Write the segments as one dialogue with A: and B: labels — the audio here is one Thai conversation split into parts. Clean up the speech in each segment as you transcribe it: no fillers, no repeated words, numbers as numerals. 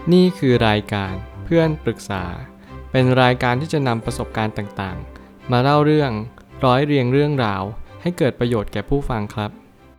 A: นี่คือรายการเพื่อนปรึกษาเป็นรายการที่จะนำประสบการณ์ต่างๆมาเล่าเรื่องร้อยเรียงเรื่องราวให้เกิดประโยชน์แก่ผู้ฟังครับ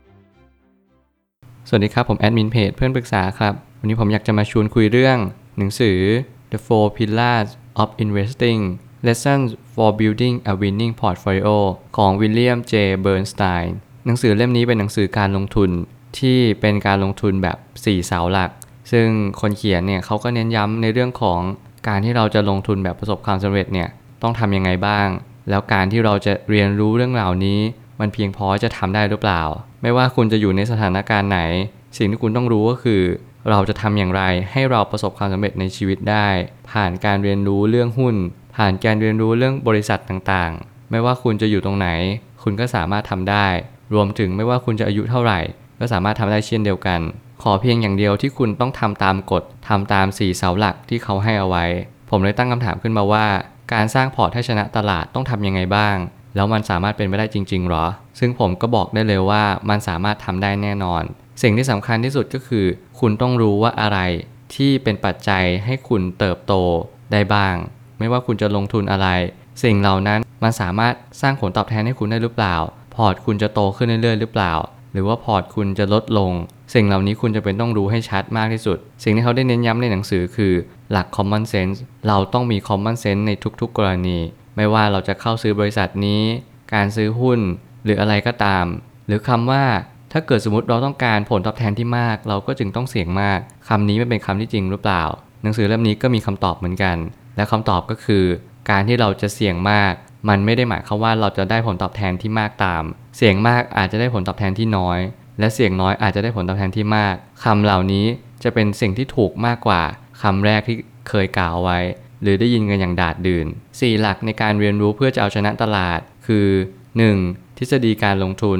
A: สวัสดีครับผมแอดมินเพจเพื่อนปรึกษาครับวันนี้ผมอยากจะมาชวนคุยเรื่องหนังสือ The Four Pillars of Investing Lessons for Building a Winning Portfolio ของวิลเลียม เจ เบิร์นสไตน์หนังสือเล่มนี้เป็นหนังสือการลงทุนที่เป็นการลงทุนแบบ4เสาหลักซึ่งคนเขียนเนี่ยเขาก็เน้นย้ำในเรื่องของการที่เราจะลงทุนแบบประสบความสำเร็จเนี่ยต้องทำยังไงบ้างแล้วการที่เราจะเรียนรู้เรื่องราวนี้มันเพียงพอจะทำได้หรือเปล่าไม่ว่าคุณจะอยู่ในสถานการณ์ไหนสิ่งที่คุณต้องรู้ก็คือเราจะทำอย่างไรให้เราประสบความสำเร็จในชีวิตได้ผ่านการเรียนรู้เรื่องหุ้นผ่านการเรียนรู้เรื่องบริษัทต่างๆไม่ว่าคุณจะอยู่ตรงไหนคุณก็สามารถทำได้รวมถึงไม่ว่าคุณจะอายุเท่าไหร่ก็สามารถทำได้เช่นเดียวกันขอเพียงอย่างเดียวที่คุณต้องทำตามกฎทำตาม4เสาหลักที่เขาให้เอาไว้ผมเลยตั้งคำถามขึ้นมาว่าการสร้างพอร์ตให้ชนะตลาดต้องทำยังไงบ้างแล้วมันสามารถเป็นไปได้จริงๆหรอซึ่งผมก็บอกได้เลยว่ามันสามารถทำได้แน่นอนสิ่งที่สำคัญที่สุดก็คือคุณต้องรู้ว่าอะไรที่เป็นปัจจัยให้คุณเติบโตได้บ้างไม่ว่าคุณจะลงทุนอะไรสิ่งเหล่านั้นมันสามารถสร้างผลตอบแทนให้คุณได้หรือเปล่าพอร์ตคุณจะโตขึ้นเรื่อยๆหรือเปล่าหรือว่าพอร์ตคุณจะลดลงสิ่งเหล่านี้คุณจะเป็นต้องรู้ให้ชัดมากที่สุดสิ่งที่เขาได้เน้นย้ำในหนังสือคือหลัก common sense เราต้องมี common sense ในทุกๆกรณีไม่ว่าเราจะเข้าซื้อบริษัทนี้การซื้อหุ้นหรืออะไรก็ตามหรือคำว่าถ้าเกิดสมมติเราต้องการผลตอบแทนที่มากเราก็จึงต้องเสี่ยงมากคำนี้ไม่เป็นคำที่จริงหรือเปล่าหนังสือเล่มนี้ก็มีคำตอบเหมือนกันและคำตอบก็คือการที่เราจะเสี่ยงมากมันไม่ได้หมายความว่าเราจะได้ผลตอบแทนที่มากตามเสี่ยงมากอาจจะได้ผลตอบแทนที่น้อยและเสี่ยงน้อยอาจจะได้ผลตอบแทนที่มากคำเหล่านี้จะเป็นสิ่งที่ถูกมากกว่าคำแรกที่เคยกล่าวไว้หรือได้ยินกันอย่างดาดดื่น4หลักในการเรียนรู้เพื่อจะเอาชนะตลาดคือ 1. ทฤษฎีการลงทุน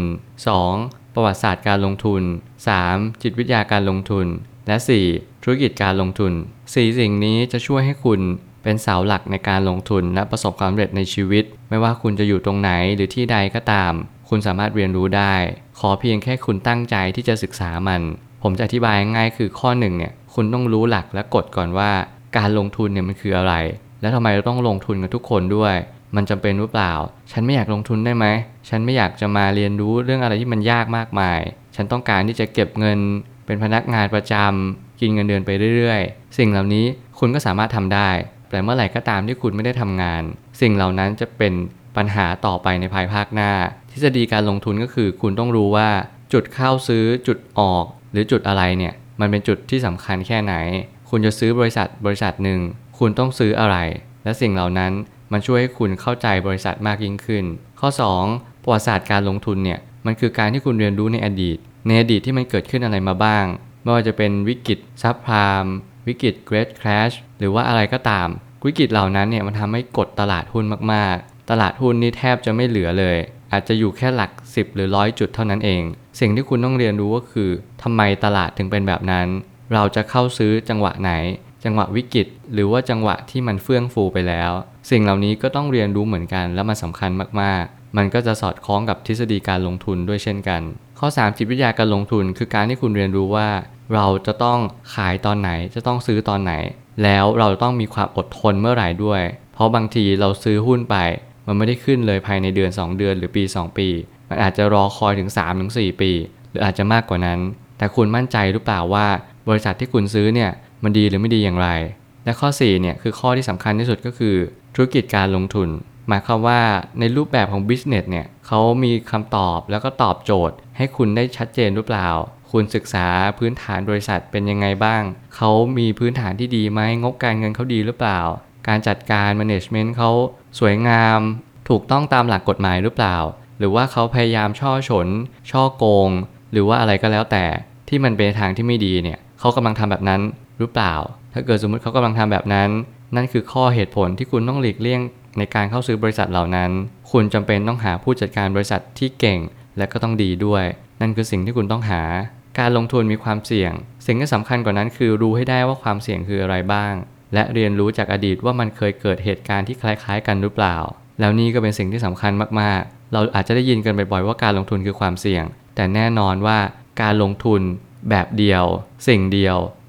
A: 2. ประวัติศาสตร์การลงทุน 3. จิตวิทยาการลงทุนและ 4. ธุรกิจการลงทุน4สิ่งนี้จะช่วยให้คุณเป็นเสาหลักในการลงทุนและประสบความสำเร็จในชีวิตไม่ว่าคุณจะอยู่ตรงไหนหรือที่ใดก็ตามคุณสามารถเรียนรู้ได้ขอเพียงแค่คุณตั้งใจที่จะศึกษามันผมจะอธิบายง่ายคือข้อ1เนี่ยคุณต้องรู้หลักและกฎก่อนว่าการลงทุนเนี่ยมันคืออะไรและทำไมเราต้องลงทุนกันทุกคนด้วยมันจำเป็นหรือเปล่าฉันไม่อยากลงทุนได้ไหมฉันไม่อยากจะมาเรียนรู้เรื่องอะไรที่มันยากมากมายฉันต้องการที่จะเก็บเงินเป็นพนักงานประจำกินเงินเดือนไปเรื่อยๆสิ่งเหล่านี้คุณก็สามารถทำได้แต่เมื่อไหร่ก็ตามที่คุณไม่ได้ทำงานสิ่งเหล่านั้นจะเป็นปัญหาต่อไปในภายภาคหน้าทฤษฎีการลงทุนก็คือคุณต้องรู้ว่าจุดเข้าซื้อจุดออกหรือจุดอะไรเนี่ยมันเป็นจุดที่สำคัญแค่ไหนคุณจะซื้อบริษัทหนึ่งคุณต้องซื้ออะไรและสิ่งเหล่านั้นมันช่วยให้คุณเข้าใจบริษัทมากยิ่งขึ้นข้อ2ประวัติศาสตร์การลงทุนเนี่ยมันคือการที่คุณเรียนรู้ในอดีตที่มันเกิดขึ้นอะไรมาบ้างไม่ว่าจะเป็นวิกฤตซับไพรม์วิกฤต Great Crash หรือว่าอะไรก็ตามวิกฤตเหล่านั้นเนี่ยมันทำให้กดตลาดหุ้นมากๆตลาดหุ้นนี่แทบจะไม่เหลือเลยอาจจะอยู่แค่หลัก10หรือ100จุดเท่านั้นเองสิ่งที่คุณต้องเรียนรู้ก็คือทำไมตลาดถึงเป็นแบบนั้นเราจะเข้าซื้อจังหวะไหนจังหวะวิกฤตหรือว่าจังหวะที่มันเฟื่องฟูไปแล้วสิ่งเหล่านี้ก็ต้องเรียนรู้เหมือนกันและมันสำคัญมากๆมันก็จะสอดคล้องกับทฤษฎีการลงทุนด้วยเช่นกันข้อ3จิตวิทยาการลงทุนคือการที่คุณเรียนรู้ว่าเราจะต้องขายตอนไหนจะต้องซื้อตอนไหนแล้วเราต้องมีความอดทนเมื่อไหร่ด้วยเพราะบางทีเราซื้อหุ้นไปมันไม่ได้ขึ้นเลยภายในเดือน2เดือนหรือปี2ปีมันอาจจะรอคอยถึง 3-4 ปีหรืออาจจะมากกว่านั้นแต่คุณมั่นใจหรือเปล่าว่าบริษัทที่คุณซื้อเนี่ยมันดีหรือไม่ดีอย่างไรและข้อ4เนี่ยคือข้อที่สำคัญที่สุดก็คือธุรกิจการลงทุนหมายความว่าในรูปแบบของ business เนี่ยเขามีคำตอบแล้วก็ตอบโจทย์ให้คุณได้ชัดเจนหรือเปล่าคุณศึกษาพื้นฐานบริษัทเป็นยังไงบ้างเขามีพื้นฐานที่ดีไหมงบการเงินเขาดีหรือเปล่าการจัดการ management เขาสวยงามถูกต้องตามหลักกฎหมายหรือเปล่าหรือว่าเขาพยายามช่อฉนช่อโกงหรือว่าอะไรก็แล้วแต่ที่มันเป็นทางที่ไม่ดีเนี่ยเขากำลังทำแบบนั้นหรือเปล่าถ้าเกิดสมมติเขากำลังทำแบบนั้นนั่นคือข้อเหตุผลที่คุณต้องหลีกเลี่ยงในการเข้าซื้อบริษัทเหล่านั้นคุณจำเป็นต้องหาผู้จัดการบริษัทที่เก่งและก็ต้องดีด้วยนั่นคือสิ่งที่คุณต้องหาการลงทุนมีความเสี่ยงสิ่งที่สำคัญกว่านั้นคือรู้ให้ได้ว่าความเสี่ยงคืออะไรบ้างและเรียนรู้จากอดีตว่ามันเคยเกิดเหตุการณ์ที่คล้ายๆกันหรือเปล่าแล้วนี่ก็เป็นสิ่งที่สำคัญมากๆเราอาจจะได้ยินกันบ่อยๆว่าการลงทุนคือความเสี่ยงแต่แน่นอนว่าการลงทุนแบบเดียวสิ่งเดียว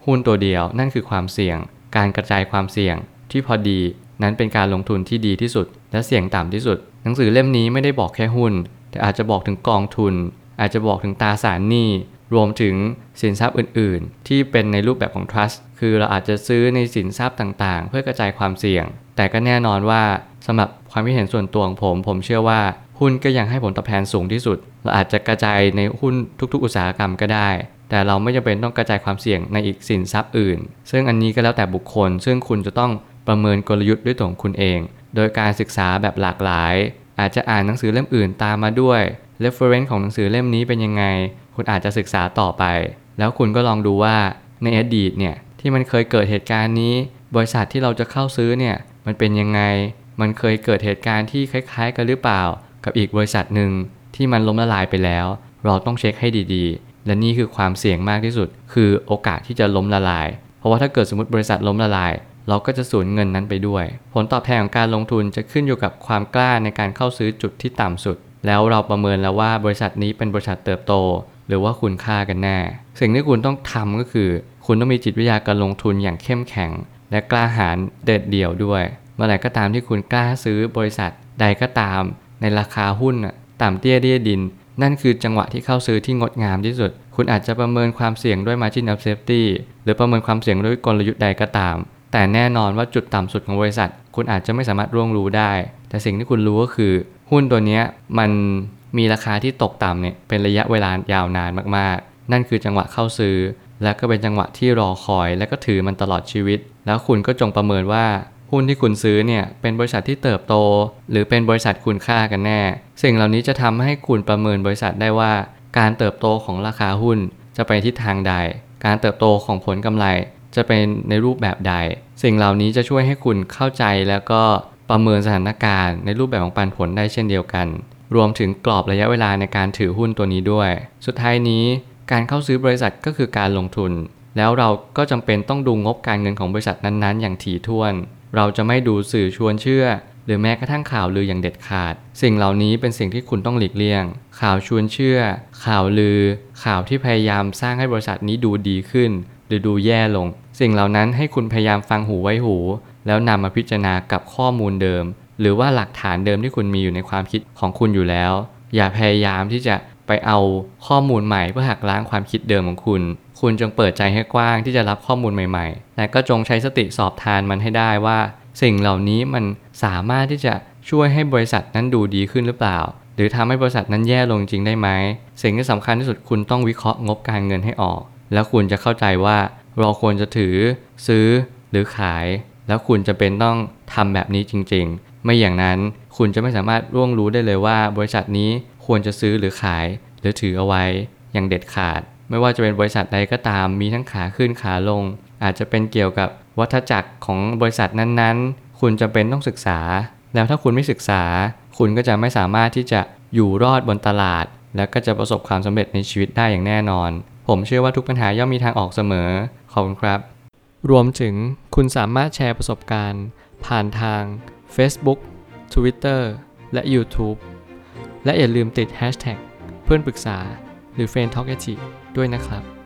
A: หุ้นตัวเดียวนั่นคือความเสี่ยงการกระจายความเสี่ยงที่พอดีนั้นเป็นการลงทุนที่ดีที่สุดและเสี่ยงต่ำที่สุดหนังสือเล่มนี้ไม่ได้บอกแค่หุ้นแต่อาจจะบอกถึงกองทุนอาจจะบอกถึงตราสารหนี้รวมถึงสินทรัพย์อื่นๆที่เป็นในรูปแบบของ trust คือเราอาจจะซื้อในสินทรัพย์ต่างๆเพื่อกระจายความเสี่ยงแต่ก็แน่นอนว่าสำหรับความคิดเห็นส่วนตัวของผมเชื่อว่าหุ้นก็ยังให้ผลตอบแทนสูงที่สุดเราอาจจะกระจายในหุ้นทุกๆอุตสาหกรรมก็ได้แต่เราไม่จำเป็นต้องกระจายความเสี่ยงในอีกสินทรัพย์อื่นซึ่งอันนี้ก็แล้วแต่บุคคลซึ่งคุณจะต้องประเมินกลยุทธ์ด้วยตัวของคุณเองโดยการศึกษาแบบหลากหลายอาจจะอ่านหนังสือเล่มอื่นตามมาด้วย reference ของหนังสือเล่มนี้เป็นยังไงคุณอาจจะศึกษาต่อไปแล้วคุณก็ลองดูว่าในอดีตเนี่ยที่มันเคยเกิดเหตุการณ์นี้บริษัทที่เราจะเข้าซื้อเนี่ยมันเป็นยังไงมันเคยเกิดเหตุการณ์ที่คล้ายๆกันหรือเปล่ากับอีกบริษัทหนึ่งที่มันล้มละลายไปแล้วเราต้องเช็คให้ดีๆและนี่คือความเสี่ยงมากที่สุดคือโอกาสที่จะล้มละลายเพราะว่าถ้าเกิดสมมติบริษัทล้มละลายเราก็จะสูญเงินนั้นไปด้วยผลตอบแทนของการลงทุนจะขึ้นอยู่กับความกล้าในการเข้าซื้อจุดที่ต่ำสุดแล้วเราประเมินแล้วว่าบริษัทนี้เป็นบริษัทเติบโตหรือว่าคุณค่ากันแน่สิ่งที่คุณต้องทำก็คือคุณต้องมีจิตวิทยาการลงทุนอย่างเข้มแข็งและกล้าหาญเด็ดเดี่ยวด้วยเมื่อไหร่ก็ตามที่คุณกล้าซื้อบริษัทใดก็ตามในราคาหุ้นต่ำเตี้ยเดี้ยดินนั่นคือจังหวะที่เข้าซื้อที่งดงามที่สุดคุณอาจจะประเมินความเสี่ยงด้วย Margin of Safety หรือประเมินความเสี่ยงด้วยกลยุทธ์ใดก็ตามแต่แน่นอนว่าจุดต่ำสุดของบริษัทคุณอาจจะไม่สามารถร่วงรู้ได้แต่สิ่งที่คุณรู้ก็คือหุ้นตัวนี้มันมีราคาที่ตกต่ำเนี่ยเป็นระยะเวลายาวนานมากๆนั่นคือจังหวะเข้าซื้อและก็เป็นจังหวะที่รอคอยและก็ถือมันตลอดชีวิตแล้วคุณก็จงประเมินว่าหุ้นที่คุณซื้อเนี่ยเป็นบริษัทที่เติบโตหรือเป็นบริษัทคุณค่ากันแน่สิ่งเหล่านี้จะทำให้คุณประเมินบริษัทได้ว่าการเติบโตของราคาหุ้นจะไปทิศทางใดการเติบโตของผลกำไรจะเป็นในรูปแบบใดสิ่งเหล่านี้จะช่วยให้คุณเข้าใจแล้วก็ประเมินสถานการณ์ในรูปแบบของปันผลได้เช่นเดียวกันรวมถึงกรอบระยะเวลาในการถือหุ้นตัวนี้ด้วยสุดท้ายนี้การเข้าซื้อบริษัทก็คือการลงทุนแล้วเราก็จำเป็นต้องดูงบการเงินของบริษัทนั้นๆอย่างถี่ถ้วนเราจะไม่ดูสื่อชวนเชื่อหรือแม้กระทั่งข่าวลืออย่างเด็ดขาดสิ่งเหล่านี้เป็นสิ่งที่คุณต้องหลีกเลี่ยงข่าวชวนเชื่อข่าวลือข่าวที่พยายามสร้างให้บริษัทนี้ดูดีขึ้นหรือดูแย่ลงสิ่งเหล่านั้นให้คุณพยายามฟังหูไว้หูแล้วนำมาพิจารณากับข้อมูลเดิมหรือว่าหลักฐานเดิมที่คุณมีอยู่ในความคิดของคุณอยู่แล้วอย่าพยายามที่จะไปเอาข้อมูลใหม่เพื่อหักล้างความคิดเดิมของคุณจงเปิดใจให้กว้างที่จะรับข้อมูลใหม่ๆแต่ก็จงใช้สติสอบทานมันให้ได้ว่าสิ่งเหล่านี้มันสามารถที่จะช่วยให้บริษัทนั้นดูดีขึ้นหรือเปล่าหรือทำให้บริษัทนั้นแย่ลงจริงได้ไหมสิ่งที่สำคัญที่สุดคุณต้องวิเคราะห์งบการเงินให้ออกแล้วคุณจะเข้าใจว่าเราควรจะถือซื้อหรือขายแล้วคุณจะเป็นต้องทำแบบนี้จริงๆไม่อย่างนั้นคุณจะไม่สามารถร่วงรู้ได้เลยว่าบริษัทนี้ควรจะซื้อหรือขายหรือถือเอาไว้อย่างเด็ดขาดไม่ว่าจะเป็นบริษัทใดก็ตามมีทั้งขาขึ้นขาลงอาจจะเป็นเกี่ยวกับวัฏจักรของบริษัทนั้นๆคุณจำเป็นต้องศึกษาแล้วถ้าคุณไม่ศึกษาคุณก็จะไม่สามารถที่จะอยู่รอดบนตลาดและก็จะประสบความสำเร็จในชีวิตได้อย่างแน่นอนผมเชื่อว่าทุกปัญหาย่อมมีทางออกเสมอขอบคุณครับรวมถึงคุณสามารถแชร์ประสบการณ์ผ่านทาง Facebook Twitter และ YouTube และอย่าลืมติด Hashtag เพื่อนปรึกษาหรือ Friend Talk ด้วยนะครับ